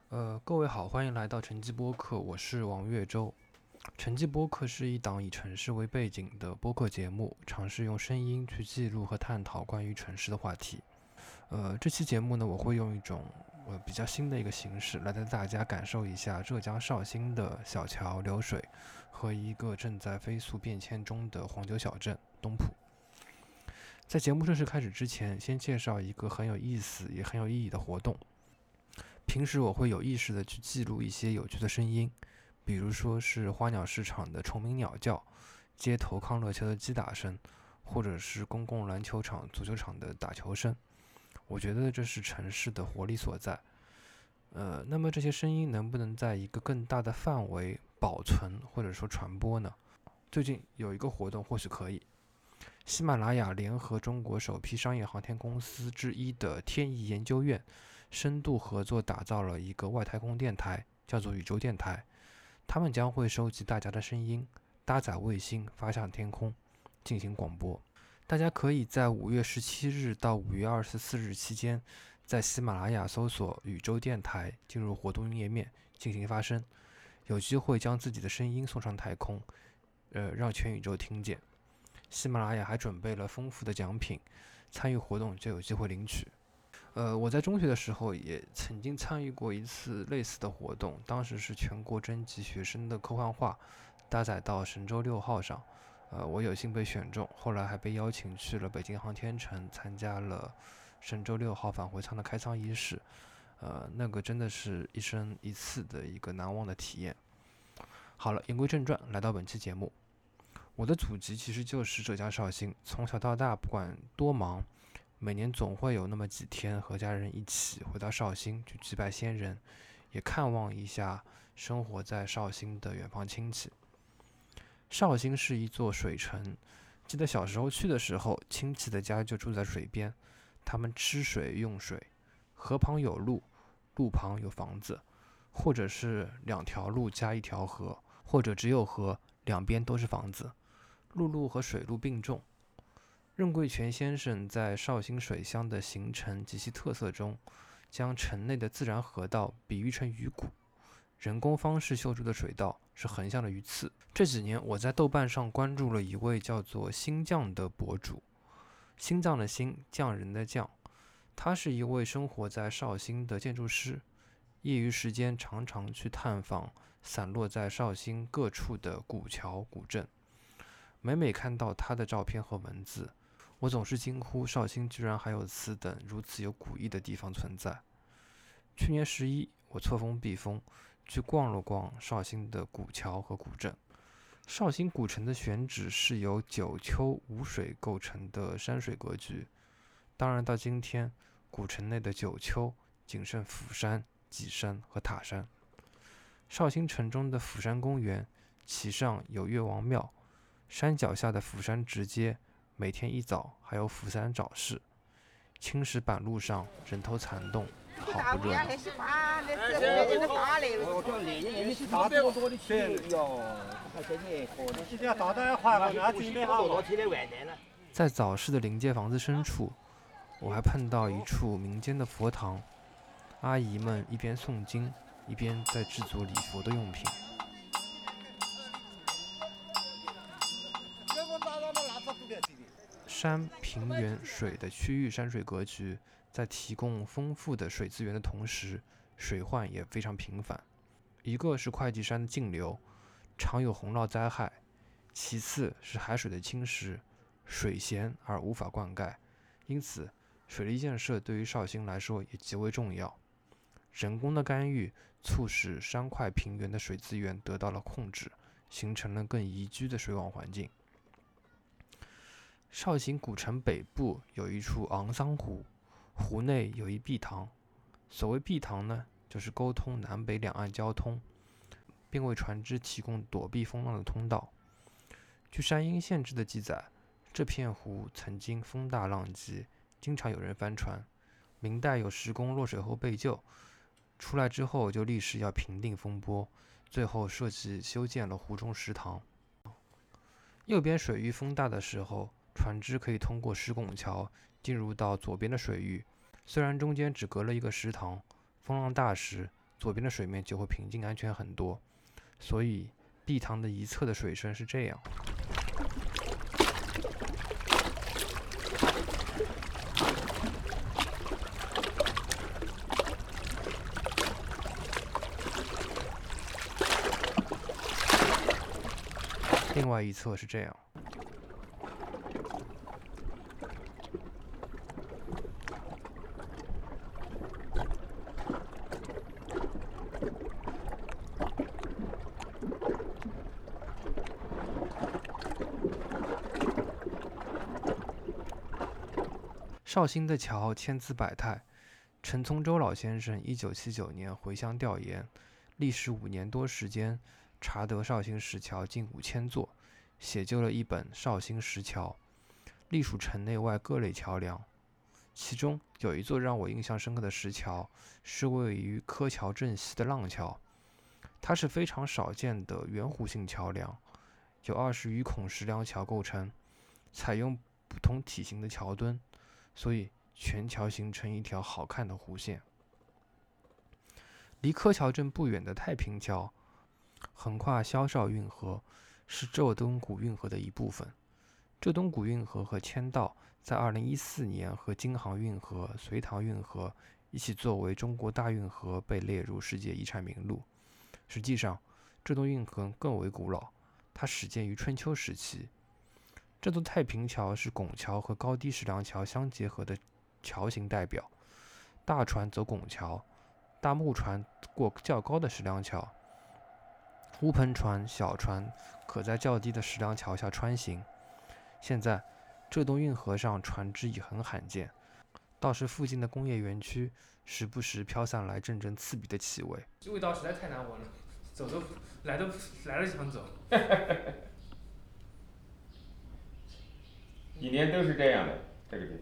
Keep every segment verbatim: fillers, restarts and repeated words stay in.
呃，各位好，欢迎来到城际播客，我是王岳洲。城际播客是一档以城市为背景的播客节目，尝试用声音去记录和探讨关于城市的话题。呃，这期节目呢，我会用一种呃比较新的一个形式来带大家感受一下浙江绍兴的小桥流水和一个正在飞速变迁中的黄酒小镇东浦。在节目正式开始之前，先介绍一个很有意思也很有意义的活动。平时我会有意识的去记录一些有趣的声音，比如说是花鸟市场的虫鸣鸟叫，街头康乐球的击打声，或者是公共篮球场、足球场的打球声。我觉得这是城市的活力所在。呃，那么这些声音能不能在一个更大的范围保存或者说传播呢？最近有一个活动或许可以。喜马拉雅联合中国首批商业航天公司之一的天仪研究院，深度合作打造了一个外太空电台，叫做宇宙电台。他们将会收集大家的声音，搭载卫星发向天空，进行广播。大家可以在五月十七日到五月二十四日期间，在喜马拉雅搜索宇宙电台，进入活动页面进行发声，有机会将自己的声音送上太空，呃，让全宇宙听见。喜马拉雅还准备了丰富的奖品，参与活动就有机会领取。呃，我在中学的时候也曾经参与过一次类似的活动，当时是全国征集学生的科幻画搭载到神舟六号上，呃，我有幸被选中，后来还被邀请去了北京航天城，参加了神舟六号返回舱的开舱仪式，呃，那个真的是一生一次的一个难忘的体验。好了，言归正传，来到本期节目。我的祖籍其实就是浙江绍兴，从小到大不管多忙，每年总会有那么几天和家人一起回到绍兴去祭拜先人，也看望一下生活在绍兴的远房亲戚。绍兴是一座水城，记得小时候去的时候，亲戚的家就住在水边，他们吃水用水，河旁有路，路旁有房子，或者是两条路加一条河，或者只有河，两边都是房子。陆路和水路并重。任贵泉先生在绍兴水乡的形成及其特色中，将城内的自然河道比喻成鱼骨，人工方式修筑的水道是横向的鱼刺。这几年我在豆瓣上关注了一位叫做新将的博主，心脏的心，匠人的匠，他是一位生活在绍兴的建筑师，业余时间常常去探访散落在绍兴各处的古桥古镇。每每看到他的照片和文字，我总是惊呼绍兴居然还有此等如此有古意的地方存在。去年十一，我错峰避风去逛了逛绍兴的古桥和古镇。绍兴古城的选址是由九丘五水构成的山水格局，当然到今天古城内的九丘仅剩釜山、稷山和塔山。绍兴城中的釜山公园，其上有岳王庙，山脚下的釜山直街，每天一早还有釜山早市。青石板路上人头攒动，好不热闹。在早市的临街房子深处，我还碰到一处民间的佛堂，阿姨们一边诵经，一边在制作礼佛的用品。山、平原、水的区域山水格局，在提供丰富的水资源的同时，水患也非常频繁。一个是会稽山的径流，常有洪涝灾害；其次是海水的侵蚀，水咸而无法灌溉，因此水利建设对于绍兴来说也极为重要。人工的干预促使山块平原的水资源得到了控制，形成了更宜居的水网环境。绍兴古城北部有一处昂桑湖，湖内有一碧塘。所谓碧塘呢，就是沟通南北两岸交通，并为船只提供躲避风浪的通道。据山阴县志的记载，这片湖曾经风大浪急，经常有人翻船。明代有石工落水后被救，出来之后就立誓要平定风波，最后设计修建了湖中石塘。右边水域风大的时候，船只可以通过石拱桥进入到左边的水域，虽然中间只隔了一个石塘，风浪大时左边的水面就会平静安全很多。所以碧塘的一侧的水深是这样。另外一侧是这样。绍兴的桥千姿百态。陈从周老先生一九七九年回乡调研，历时五年多时间，查得绍兴石桥近五千座，写就了一本《绍兴石桥》，隶属城内外各类桥梁。其中有一座让我印象深刻的石桥，是位于柯桥镇西的浪桥。它是非常少见的圆弧形桥梁，由二十余孔石梁桥构成，采用不同体型的桥墩，所以全桥形成一条好看的弧线。离柯桥镇不远的太平桥，横跨萧绍运河，是浙东古运河的一部分。浙东古运河和签道在二零一四年和京杭运河、隋唐运河一起作为中国大运河被列入世界遗产名录。实际上，浙东运河更为古老，它始建于春秋时期。这座太平桥是拱桥和高低石梁桥相结合的桥形代表，大船走拱桥，大木船过较高的石梁桥，乌篷船、小船可在较低的石梁桥下穿行。现在，浙东运河上船只已很罕见，倒是附近的工业园区时不时飘散来阵阵刺鼻的气味。 这味道实在太难闻了，走都来都来了就想走。 几年都是这样的，这个地方。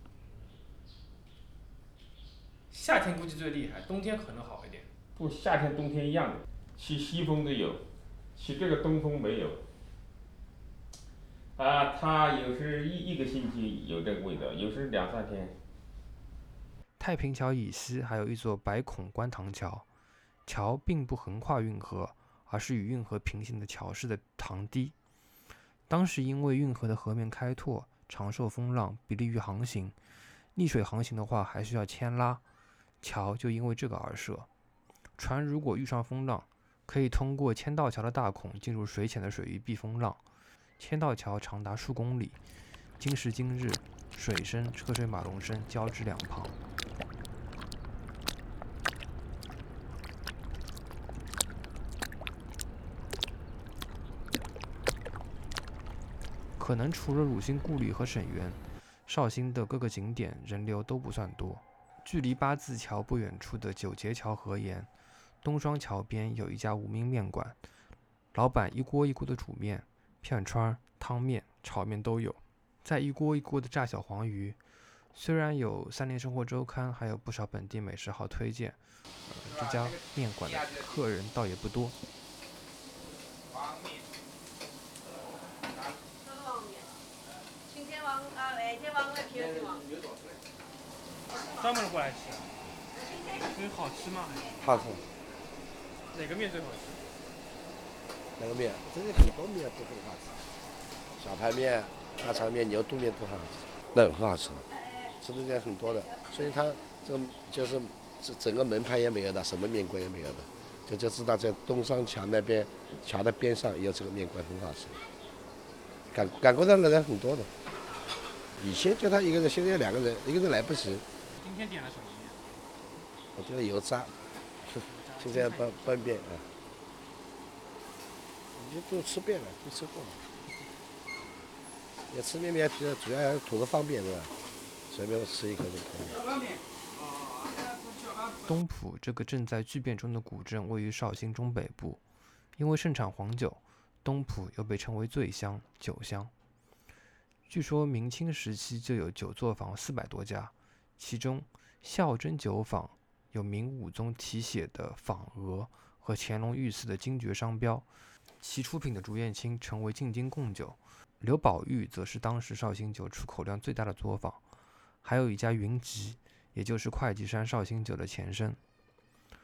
夏天估计最厉害，冬天可能好一点。 不，夏天冬天一样的，起西风都有，起这个东风没有。啊，它有时一一个星期有这个味道，有时两三天。 太平桥以西还有一座白孔观塘桥，桥并不横跨运河，而是与运河平行的桥式的塘堤。当时因为运河的河面开拓，常受风浪，不利于航行。逆水航行的话，还需要牵拉，桥就因为这个而设。船如果遇上风浪，可以通过签道桥的大孔进入水浅的水域避风浪。签道桥长达数公里，今时今日，水声、车水马龙声交织两旁。可能除了鲁兴故里和沈园，绍兴的各个景点人流都不算多。距离八字桥不远处的九节桥河沿，东双桥边有一家无名面馆，老板一锅一锅的煮面、片川、汤面、炒面都有，再一锅一锅的炸小黄鱼。虽然有三联生活周刊，还有不少本地美食号推荐，呃、这家面馆的客人倒也不多。 专门过来吃，因为好吃吗？ 好吃。 哪个面最好吃？ 哪个面？这里很多面都很好吃，小排面、大肠面、牛肚面都很好吃，那很好吃，吃的店很多的。所以它这个就是整整个门牌也没有的，什么面馆也没有的，就就知道在东双桥那边桥的边上有这个面馆很好吃。赶赶过来的人很多的，以前就他一个人，现在两个人，一个人来不及。 今天点了什么面？ 我觉得油炸，现在拌拌面啊，你就都吃遍了，都吃过了。也吃面面，主要图个方便，对吧？随便吃一口就可以了。 东浦这个正在巨变中的古镇位于绍兴中北部，因为盛产黄酒，东浦又被称为醉乡、酒乡。据说明清时期就有酒作坊四百多家，其中孝真酒坊有明武宗题写的仿额和乾隆御赐的金爵商标，其出品的竹叶青成为进京贡酒。刘宝玉则是当时绍兴酒出口量最大的作坊，还有一家云集，也就是会稽山绍兴酒的前身。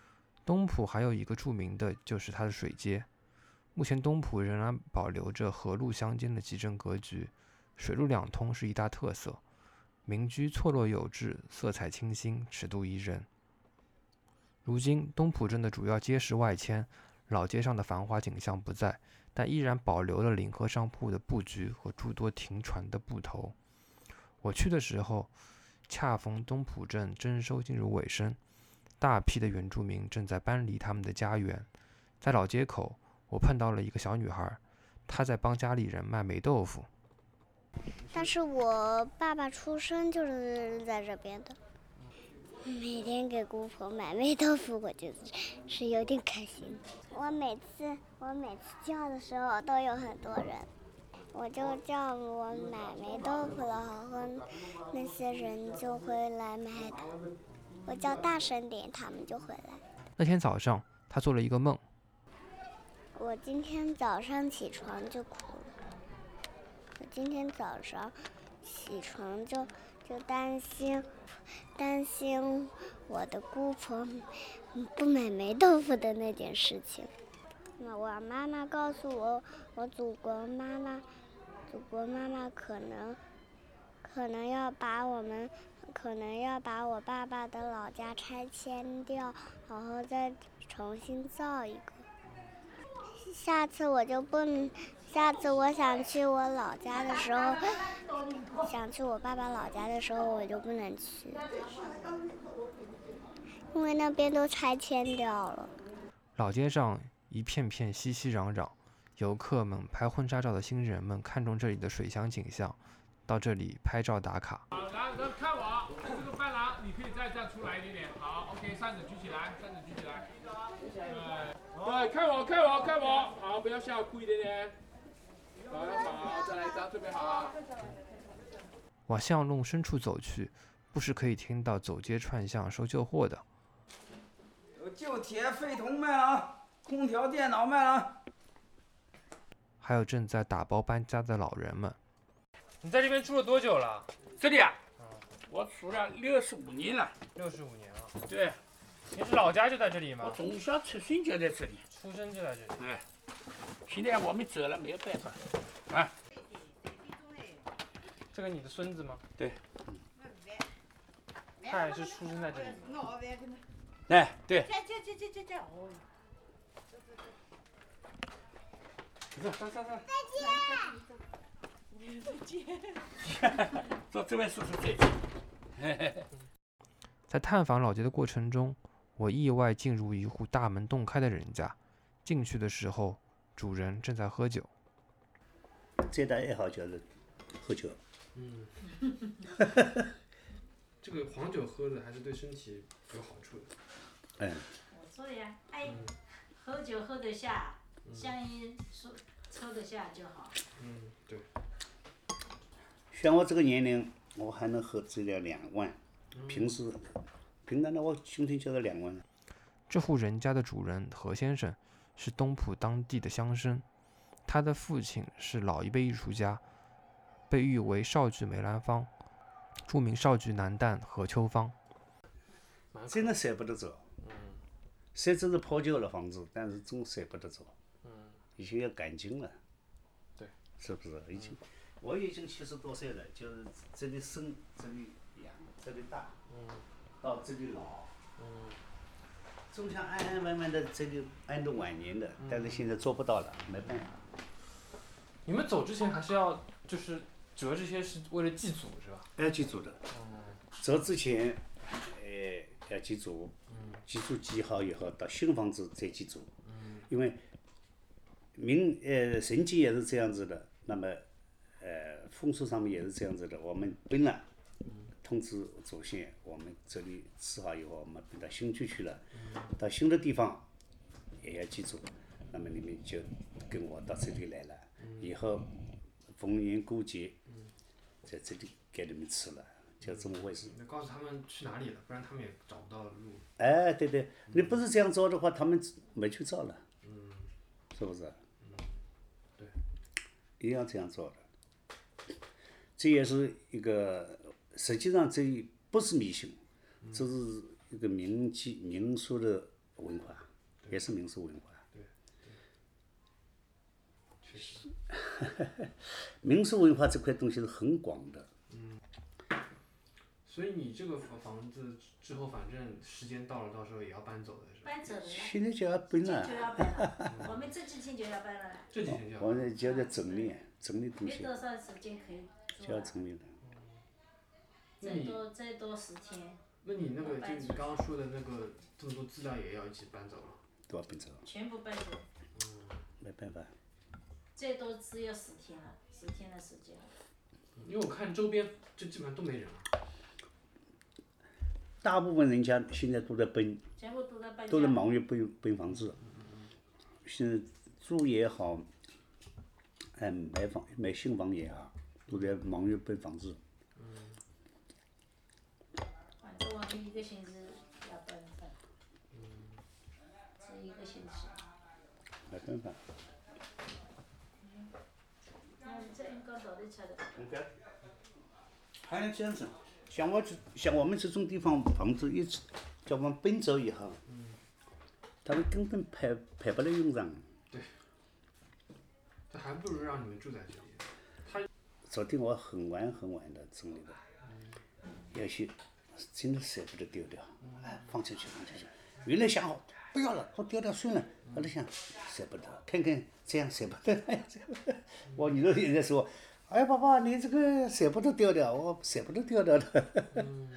东浦还有一个著名的就是它的水街。目前东浦仍然保留着河路相间的集镇格局，水陆两通是一大特色。民居错落有致，色彩清新，尺度宜人。如今东浦镇的主要街市外迁，老街上的繁华景象不在，但依然保留了临河商铺的布局和诸多停船的埠头。我去的时候，恰逢东浦镇征收进入尾声，大批的原住民正在搬离他们的家园。在老街口，我碰到了一个小女孩，她在帮家里人卖霉豆腐。 但是我爸爸出生就是在这边的，每天给姑婆买霉豆腐，我就是有点开心。我每次我每次叫的时候都有很多人，我就叫我买霉豆腐了，然后那些人就会来买的。我叫大声点，他们就会来。 那天早上，她做了一个梦。 我今天早上起床就哭了。我今天早上起床就就担心担心我的姑婆不买霉豆腐的那件事情。我妈妈告诉我，我祖国妈妈，祖国妈妈可能可能要把我们，可能要把我爸爸的老家拆迁掉，然后再重新造一个。下次我就不能，下次我想去我老家的时候，想去我爸爸老家的时候，我就不能去，因为那边都拆迁掉了。 老街上一片片熙熙攘攘，游客们、拍婚纱照的新人们看中这里的水乡景象，到这里拍照打卡。 好，来，来看我，这个伴郎你可以再站出来一点点。好 ，OK， 扇子举起来，扇子举起来。对，对，看我，看我，看我。好，不要笑，哭一点点。好，好，再来一张，这边好。 往巷弄深处走去，不时可以听到走街串巷收旧货的。 有旧铁废铜卖了，空调、电脑卖了。 还有正在打包搬家的老人们。 你在这边住了多久了？ 这里啊，我住了六十五年了。 六十五年了。 对。 你是老家就在这里吗？ 我从小出生就在这里。 出生就在这里。 哎，现在我们走了，没有办法。啊。 这个你的孙子吗？ 对。 他也是出生在这里吗？ 哎，对。走走走走。再见。走，这位叔叔再见。 在探访老街的过程中，我意外进入一户大门洞开的人家。进去的时候，主人正在喝酒。 最大爱好就是喝酒。 嗯。这个黄酒喝的还是对身体有好处的。 嗯。 我说的呀，哎，喝酒喝得下，香烟抽抽得下就好。 嗯，对。 像我这个年龄，我还能喝只了两万。平时，平常的我兄弟就是两万。 这户人家的主人何先生是东浦当地的乡绅，他的父亲是老一辈艺术家，被誉为少剧梅兰芳，著名少剧男旦何秋芳。 真的舍不得走。嗯。虽只是破旧的房子，但是总舍不得走。嗯。已经要赶尽了。 对。 是不是？已经，嗯、我已经七十多岁了，就是这里生，这里养，这里大。嗯。到这里老。嗯。总想安安稳稳的这里安度晚年的，但是现在做不到了，没办法。 你们走之前还是要就是折这些是为了祭祖是吧？ 要祭祖的。嗯。折之前，呃，要祭祖。嗯。祭祖祭好以后，到新房子再祭祖。嗯。因为民呃神迹也是这样子的，那么呃风俗上面也是这样子的。我们奔了，通知祖先，我们这里吃好以后，我们奔到新居去了。嗯。到新的地方也要祭祖，那么你们就跟我到这里来了。嗯。以后逢年过节，在这里给你们吃了，就这么回事。 你告诉他们去哪里了，不然他们也找不到路。 哎，对对，你不是这样做的话，他们没去找了。 嗯。 是不是？ 嗯。对。 一样这样做的。这也是一个，实际上这不是迷信，这是一个民间民俗的文化，也是民俗文化。 对，确实。 民俗文化这块东西是很广的。 嗯。所以你这个房房子之后，反正时间到了，到时候也要搬走的是吧？ 搬走了。 现在就要搬了。 就要搬了，我们这几天就要搬了。 这几天就要。 我们就要整理整理东西。 没多少时间可以做。 就要整理了。 再多再多十天。 那你那个就你刚刚说的那个这么多资料也要一起搬走了？ 都要搬走。 全部搬走。 嗯。 没办法。 最多只有十天了，十天的时间。 因为我看周边就基本上都没人了。 大部分人家现在都在搬， 全部都在搬家， 都在忙于搬搬房子。现在住也好，哎，买房买新房也好，都在忙于搬房子。 反正我们一个星期要搬一份，只一个星期。 没办法。 那你这应该到底吃的？ 应该。还能这样子。像我这像我们这种地方房子一直叫我们搬走以后，嗯、他们根本派派不来用场。 对。这还不如让你们住在这里。他。 昨天我很晚很晚的整理的，嗯、有些真的舍不得丢掉，嗯、哎，放进去放进去。原来想好不要了，我丢掉算了。后来想舍不得，看看这样舍不得，哎，舍不得。我女儿也在说。哎，爸爸，你这个舍不得丢掉，我舍不得丢掉的。嗯。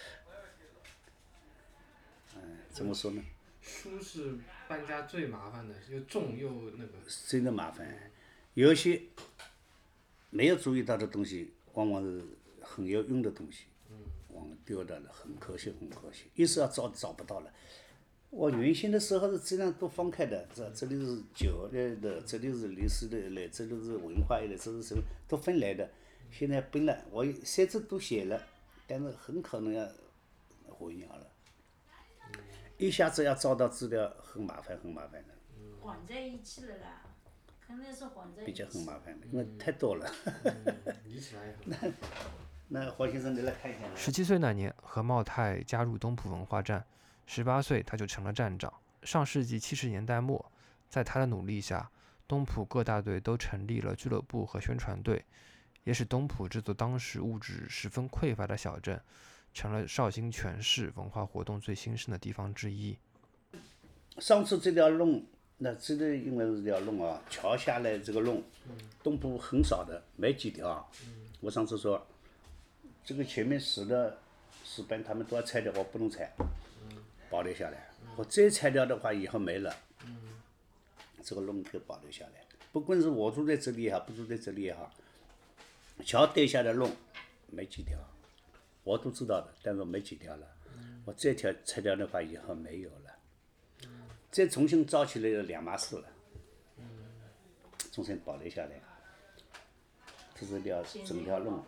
哎，怎么说呢？ 书是搬家最麻烦的，又重又那个。 真的麻烦，有些没有注意到的东西，往往是很有用的东西，往丢掉了，很可惜，很可惜。一时要找找不到了。我原先的时候是这样都放开的，这这里是酒类的，这里是历史的类，这里是文化类，这是什么都分来的。现在分了，我设置都写了，但是很可能要混淆了。一下子要找到资料很麻烦，很麻烦的。 混在一起了啦，肯定是混在一起。 比较很麻烦的，因为太多了。 理起来也很难。那那黄先生，你来看一下。 十七岁那年，何茂泰加入东浦文化站。十八岁，他就成了站长。上世纪七十年代末，在他的努力下，东浦各大队都成立了俱乐部和宣传队，也使东浦这座当时物质十分匮乏的小镇，成了绍兴全市文化活动最兴盛的地方之一。 上次这条龙，那这个因为是条龙啊，桥下来这个龙，东浦很少的，没几条。我上次说，这个前面死的石板他们都要拆掉，我不能拆。保留下来，我再拆掉的话，以后没了。这个龙可以保留下来，不管是我住在这里也好，不住在这里也好，桥堆下的龙没几条，我都知道的，但是没几条了。我再条拆掉的话，以后没有了。再重新造起来的两码事了。重新保留下来，这是条整条龙。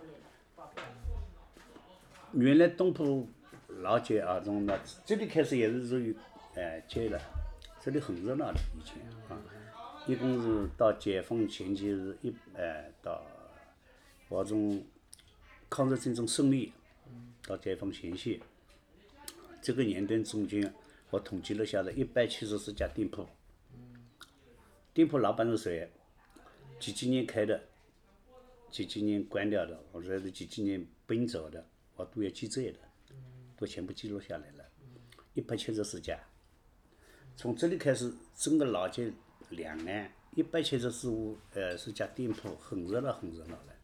原来东浦。老街啊，从那这里开始也是属于，哎街了，这里很热闹的以前啊，一共是到解放前期是一哎到，我从抗日战争胜利到解放前夕，这个年段中间，我统计了下来，一百七十四家店铺，店铺老板是谁？几几年开的，几几年关掉的，或者是几几年搬走的，我都要记载的。都全部记录下来了，一百七十四家。从这里开始，整个老街两岸一百七十四户呃是家店铺，很热闹，很热闹的。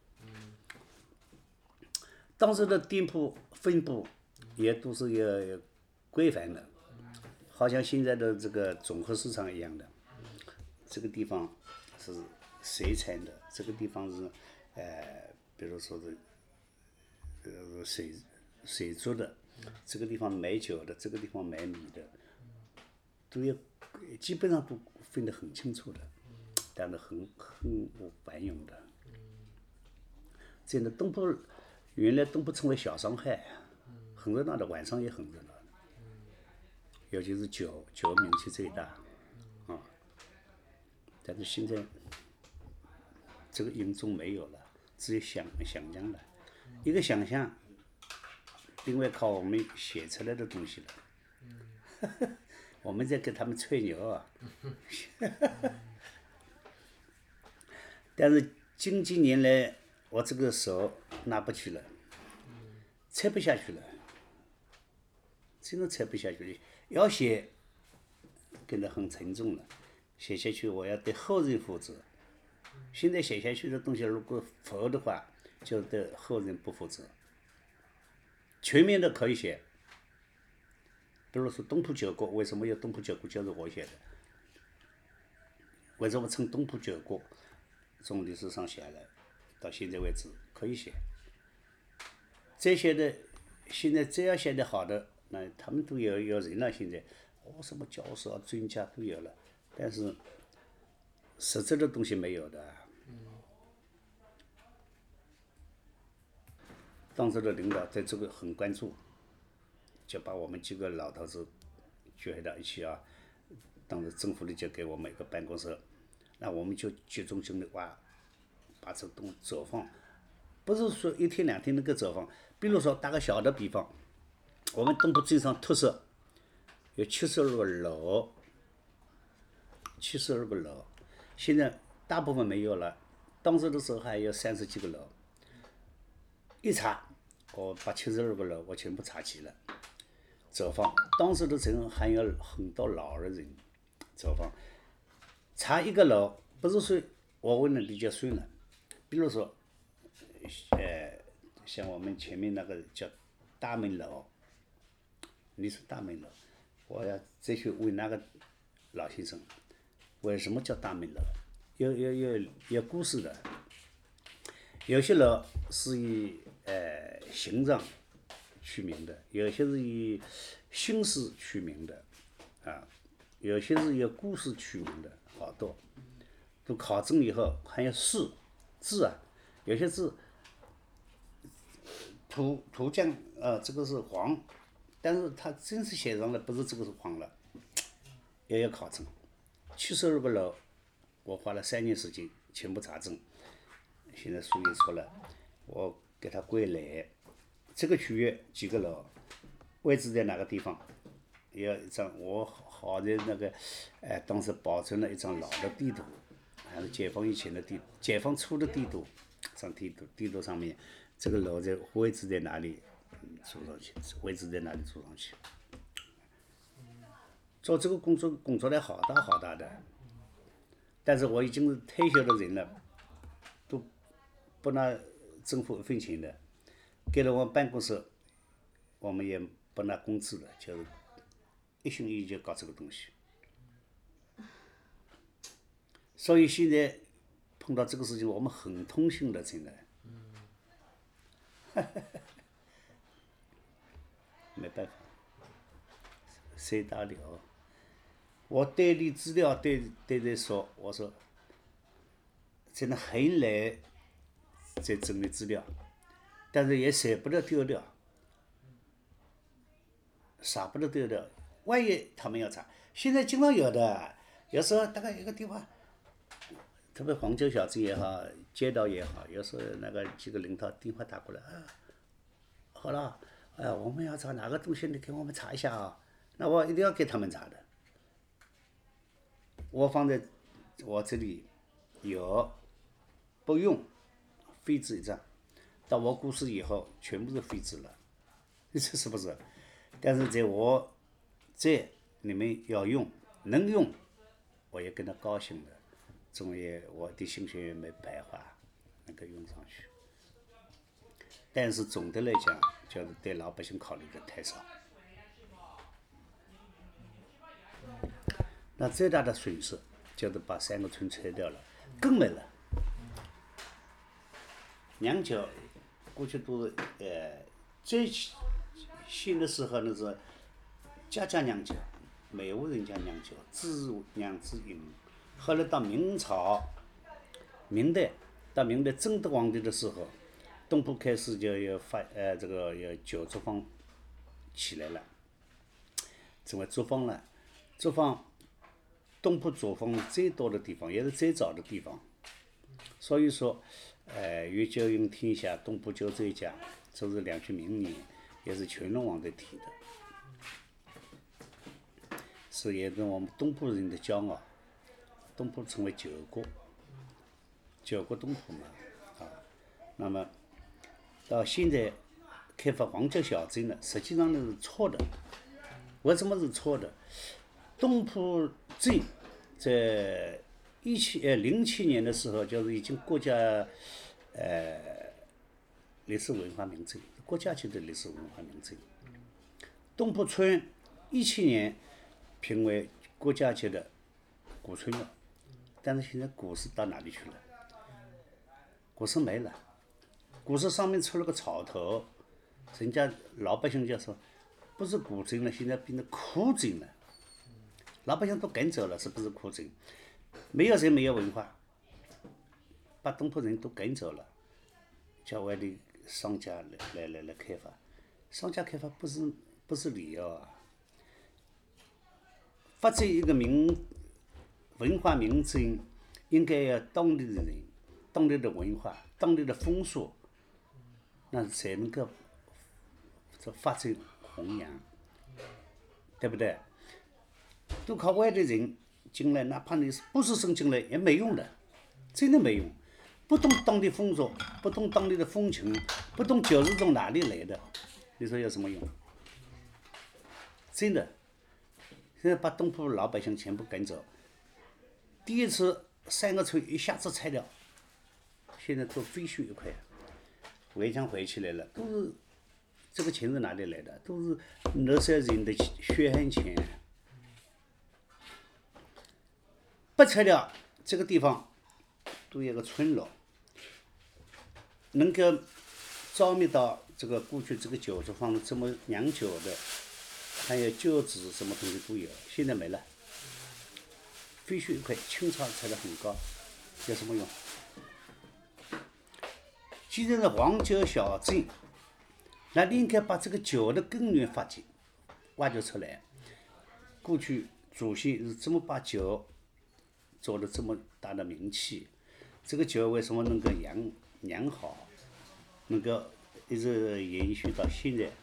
当时的店铺分布也都是有规范的，好像现在的这个综合市场一样的。这个地方是水产的，这个地方是呃，比如说是呃水水族的。这个地方买酒的，这个地方买米的，都要基本上都分得很清楚的，但是很很繁荣的。这样的东浦，原来东浦称为小上海，很热闹的，晚上也很热闹的，尤其是酒，酒名气最大，啊。但是现在这个因素没有了，只有想想象了，一个想象。另外靠我们写出来的东西了， 我们在给他们吹牛啊。但是近几年来，我这个手拿不起了，拆不下去了，真的拆不下去了。要写，变得很沉重了，写下去我要对后人负责。现在写下去的东西，如果否的话，就对后人不负责。全面的可以写，比如说东坡九国，为什么有东坡九国就是我写的？为什么称东坡九国？从历史上写来，到现在为止可以写。这些的，现在这样写的好的，那他们都有有人了。现在，哦，什么教授啊、专家都有了，但是实质的东西没有的。当时的领导对这个很关注，就把我们几个老头子聚合到一起啊。当时政府里就给我们一个办公室，那我们就集中精力哇，把这个东西走访，不是说一天两天能够走访。比如说打个小的比方，我们东坡镇上特色有七十二个楼，七十二个楼，现在大部分没有了，当时的时候还有三十几个楼。一查，我把七十二个楼我全部查齐了。走访，当时的城还有很多老人走访。查一个楼，不是说我问了你就算了。比如说，呃，像我们前面那个叫大门楼，你说大门楼，我要再去问那个老先生，为什么叫大门楼？有有有有故事的。有些楼是以呃形状取名的，有些是以姓氏取名的，啊，有些是有故事取名的，好多。都考证以后，还有字字啊，有些字图图像呃这个是黄，但是它真是写上了不是这个是黄了，也要考证。七十二个楼，我花了三年时间全部查证。现在书也出了，我给它归类，这个区域几个楼，位置在哪个地方，也要一张我好在那个，哎，当时保存了一张老的地图，还是解放以前的地，解放初的地图，张地图地图上面，这个楼在位置在哪里，做上去，位置在哪里做上去。做这个工作工作量好大好大的，但是我已经是退休的人了。不拿政府一分钱的，给了我们办公室，我们也不拿工资的，就是一心一意就搞这个东西。所以现在碰到这个事情，我们很痛心的，真的。没办法，谁大了？我对你资料对对对说，我说真的很累。在整理资料，但是也舍不得丢掉，舍不得丢掉。万一他们要查，现在经常有的，有时候大概一个地方，特别黄酒小子也好，街道也好，有时候那个几个领导电话打过来啊，好了，哎、呃，我们要查哪个东西，你给我们查一下啊。那我一定要给他们查的。我放在我这里有，不用。废纸一张，到我过世以后，全部是废纸了，这是不是？但是在我这你们要用，能用，我也跟他高兴的，总也我的心血也没白花，能够用上去。但是总的来讲，就是对老百姓考虑的太少。那最大的损失就是把三个村拆掉了，更没了。酿酒过去都是呃最新的时候呢是家家酿酒，每户人家酿酒，自酿自饮。后来到明朝、明代，到明代正德皇帝的时候，东坡开始就有发呃这个有酒作坊起来了，成为作坊了。作坊东坡作坊最多的地方，也是最早的地方。所以说，呃，粤酒饮天下，东坡酒最佳，这是两句名言，也是乾隆皇帝提的。 是也是我们东部人的骄傲。东部称为九国，九国东部嘛，啊，那么到现在开发黄角小镇了，实际上那是错的。为什么是错的？东部镇在一七呃零七年的时候，就是已经国家呃历史文化名镇，国家级的历史文化名镇。东部村一七年评为国家级的古村了，但是现在古寺到哪里去了？古寺没了，古寺上面出了个草头，人家老百姓就说，不是古镇了，现在变成苦镇了。老百姓都赶走了，是不是苦镇？没有人没有文化，把东部人都赶走了，叫外地商家来来来来开发。商家开发不是不是理由啊。发展一个民文化名镇，应该要当地的人、当地的文化、当地的风俗，那才能够这发展弘扬，对不对？都靠外地人进来，哪怕你不是生进来也没用的，真的没用。不懂当地风俗，不懂当地的风情，不懂酒是从哪里来的，你说有什么用？真的。现在把东部老百姓全部赶走，第一次三个村一下子拆掉，现在都废墟一块，围墙围起来了，都是这个钱是哪里来的？都是那些人的血汗钱。不拆掉这个地方，都有个村落，能够招觅到这个过去这个酒作坊这么酿酒的。还有酒址什么东西都有，现在没了。废墟一块，清朝拆得很高，有什么用？既然是黄酒小镇，那你应该把这个酒的根源发掘、挖掘出来。过去祖先是怎么把酒做的这么大的名气？这个酒为什么能够酿酿好，能够一直延续到现在？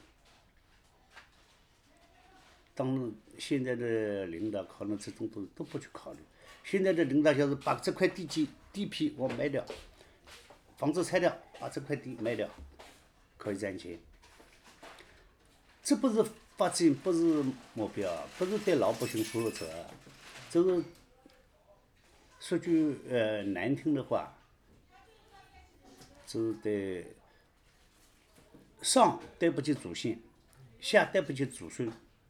当现在的领导可能这种东西都不去考虑，现在的领导就是把这块地基地皮我卖掉，房子拆掉，把这块地卖掉，可以赚钱。这不是发展，不是目标，不是对老百姓负责，这是说句呃难听的话，这是对上对不起祖先，下对不起祖孙。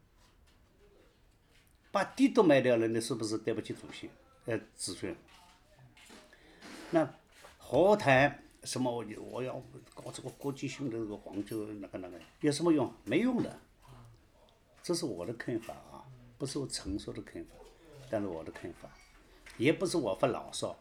把地都卖掉了，那是不是对不起祖先、呃子孙？那何谈什么我我要搞这个国际性的这个黄酒那个那个有什么用？没用的。这是我的看法啊，不是我成熟的看法，但是我的看法，也不是我发牢骚。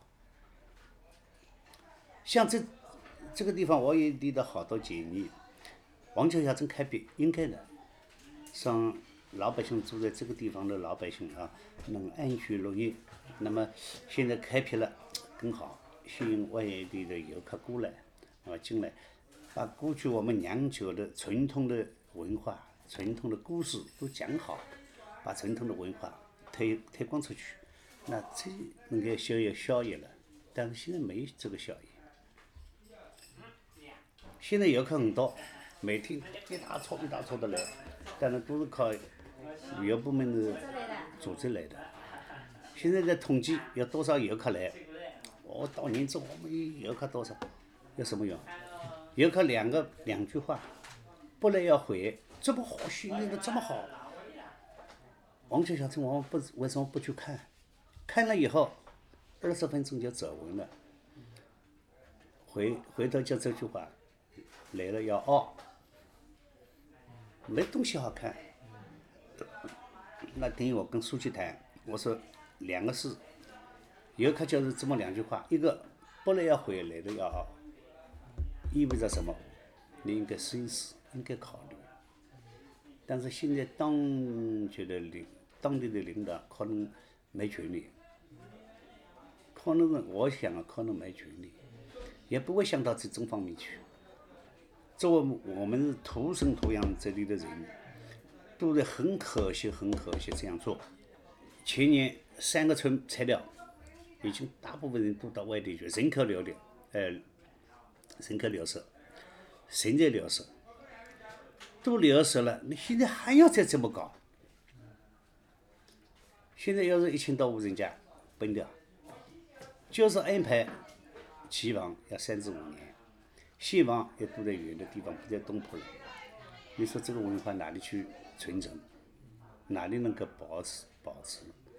像这这个地方，我也提到好多建议，黄酒小镇开辟应该的，像。老百姓住在这个地方的老百姓啊，能安居乐业。那么现在开辟了更好，吸引外地的游客过来啊进来，把过去我们酿酒的传统的文化、传统的故事都讲好，把传统的文化推推广出去，那这能够消有效益了。但是现在没这个效益。现在游客很多，每天一大撮一大撮的来，但是都是靠旅游部门的组织来的。现在在统计有多少游客来，我到年终我们游客多少，有什么用？游客两个两句话，不来要回，这么好训练的这么好，黄酒小镇我们不为什么不去看？看了以后，二十分钟就走完了，回回头就这句话，来了要傲，没东西好看。那天我跟书记谈，我说两个事，游客就是这么两句话，一个不来要回，来的要傲，意味着什么？你应该深思，应该考虑。但是现在当局的领当地的领导可能没权利，可能我想啊，可能没权利，也不会想到这种方面去。作为我们土生土养这里的人，都是很可惜，很可惜这样做。 前年三个村拆掉，已经大部分人都到外地去，人口流流，呃，人口流失，人才流失，都流失了，你现在还要再这么搞？现在要是一千到户人家崩掉，就是安排期房要三至五年，现房也都在远的地方，不在东坡了。你说这个文化哪里去传承？哪里能够保持保持？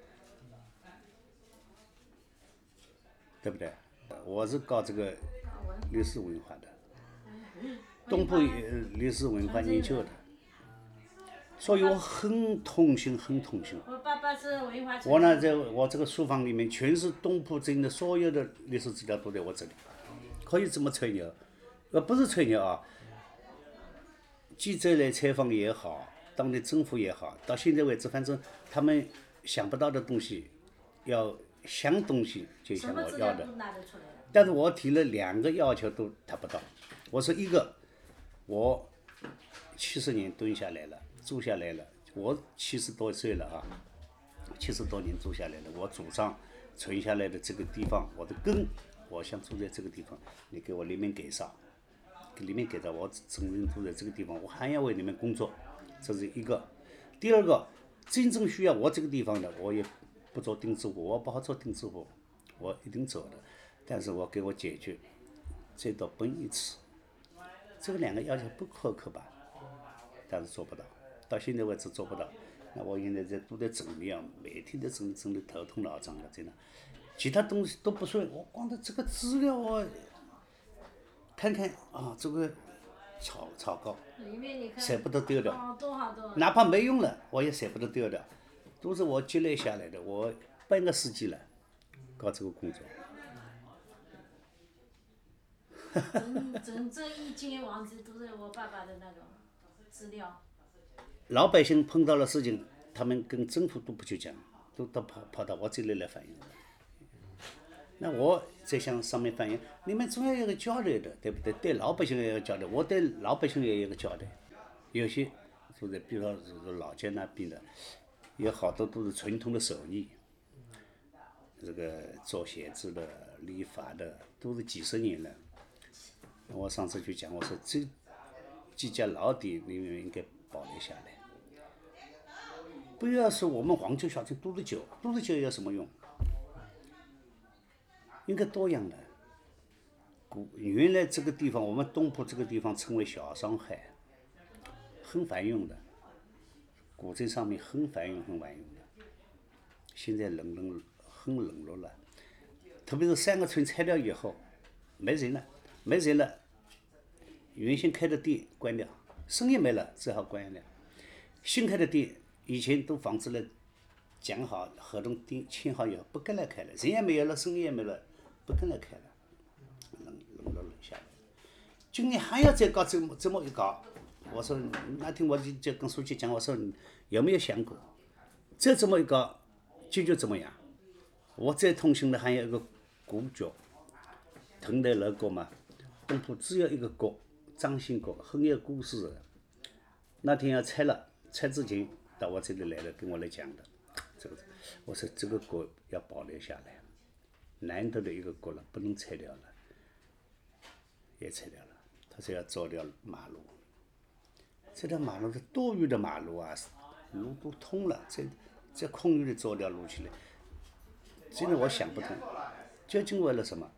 对不对？我是搞这个历史文化的，东坡历史文化研究的，所以我很痛心，很痛心。 我爸爸是文化。 我呢，在我这个书房里面，全是东坡镇的所有的历史资料都在我这里，可以这么吹牛，呃，不是吹牛啊。记者来采访也好，当地政府也好，到现在为止，反正他们想不到的东西，要想东西就向我要的。但是我提了两个要求都达不到。我说一个，我七十年蹲下来了，住下来了，我七十多岁了啊，七十多年住下来了，我祖上存下来的这个地方，我的根，我想住在这个地方，你给我里面给上。里面给到我真正住在这个地方，我还要为你们工作，这是一个。第二个，真正需要我这个地方的，我也不做钉子户，我不好做钉子户，我一定走的。但是我给我解决，最多崩一次，这个两个要求不苛刻吧？但是做不到，到现在为止做不到。那我现在在都在整理啊，每天都整整的头痛脑胀的，真的。其他东西都不算，我光的这个资料我。看看啊，这个草草稿，舍不得丢掉， 哦、 哪怕没用了，我也舍不得丢掉，都是我积累下来的。我半个世纪了，搞这个工作。 整整这一间房子都是我爸爸的那种资料。 老百姓碰到了事情，他们跟政府都不去讲，都都跑跑到我这里来反映。那我在向上面反映，你们总要有个交代的，对不对？对老百姓也有交代，我对老百姓也有个交代。有些住在，比如说老家那边的，有好多都是传统的手艺，这个做鞋子的、理发的，都是几十年了。我上次去讲，我说这几家老店你们应该保留下来，不要说我们黄酒小吃都是酒，都是酒有什么用？应该多样的。古原来这个地方，我们东坡这个地方称为小上海，很繁荣的，古镇上面很繁荣很繁荣的。现在冷冷很冷落了，特别是三个村拆掉以后，没人了，没人了，原先开的店关掉，生意没了，只好关了。新开的店，以前都房子了，讲好合同订签好以后，不跟来开了，人也没有了，生意也没了。不跟来开了，冷冷落冷下来。今年还要再搞这么这么一搞，我说那天我就就跟书记讲，我说有没有想过，再这么一搞，结局怎么样？我最痛心的还有一个古角，藤台楼阁嘛，东坡只有一个阁，张姓阁，很有故事的。那天要拆了，拆之前到我这里来了，跟我来讲的，这个我说这个阁要保留下来。难得的一个国了，不能拆掉了，也拆掉了。他说要造条马路，这条马路是多余的马路啊，路都通了，这这空余的造条路起来，真的我想不通，究竟为了什么？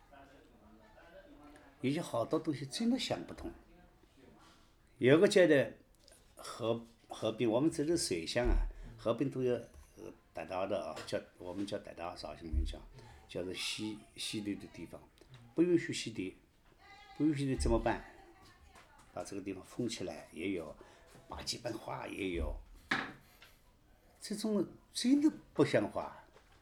有些好多东西真的想不通。有个阶段，河河边，我们这里水乡啊，河边都有搭道的啊，叫我们叫搭道，绍兴人叫。叫做吸吸地的地方，不允许吸地，不允许的怎么办？把这个地方封起来也有，把几瓣花也有，这种真的不像话。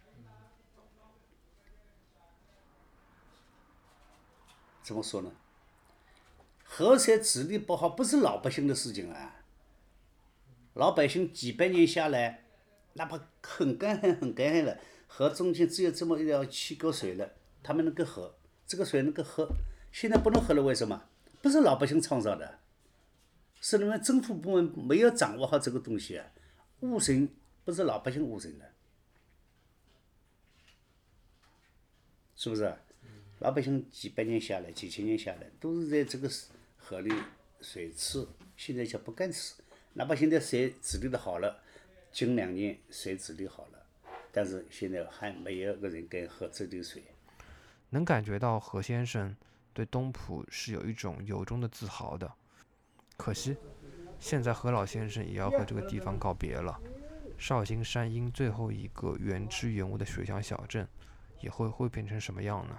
怎么说呢？河山治理不好，不是老百姓的事情啊。老百姓几百年下来，哪怕很干旱很干旱了。河中间只有这么一条七沟水了，他们能够喝，这个水能够喝，现在不能喝了，为什么？不是老百姓创造的，是你们政府部门没有掌握好这个东西啊。污染不是老百姓污染的， 是不是？老百姓几百年下来、几千年下来，都是在这个河里水吃，现在就不敢吃。哪怕现在水治理的好了，近两年水治理好了，但是现在还没有个人敢喝这里水。 能感觉到何先生对东浦是有一种由衷的自豪的。可惜，现在何老先生也要和这个地方告别了。绍兴山阴最后一个原汁原味的水乡小镇，以后会变成什么样呢？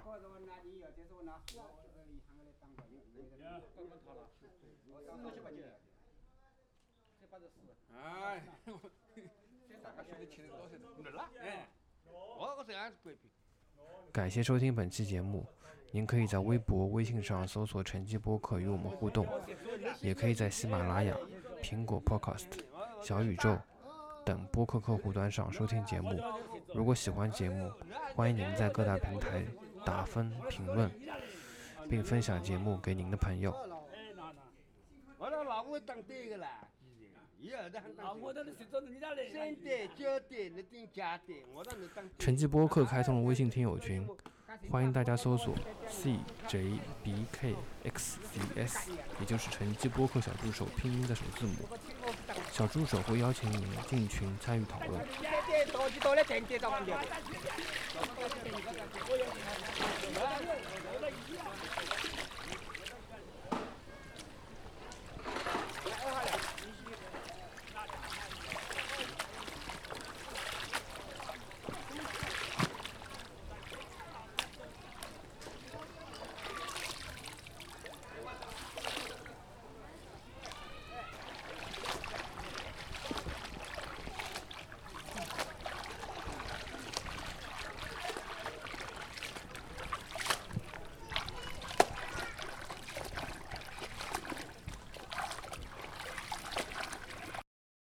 哎，大家说的听得多是了，哎，我这样鬼皮。 感谢收听本期节目，您可以在微博、微信上搜索成绩播客与我们互动，也可以在喜马拉雅、苹果 Podcast、小宇宙等播客客户端上收听节目。如果喜欢节目，欢迎您在各大平台打分、评论，并分享节目给您的朋友。 我那老婆当对个啦，以后的还当对。我那是做你那嘞。三代、九代，你当家代，我那能当。 成绩播客开通了微信听友群，欢迎大家搜索 C J B K X C S， 也就是成绩播客小助手拼音的首字母。小助手会邀请您进群参与讨论。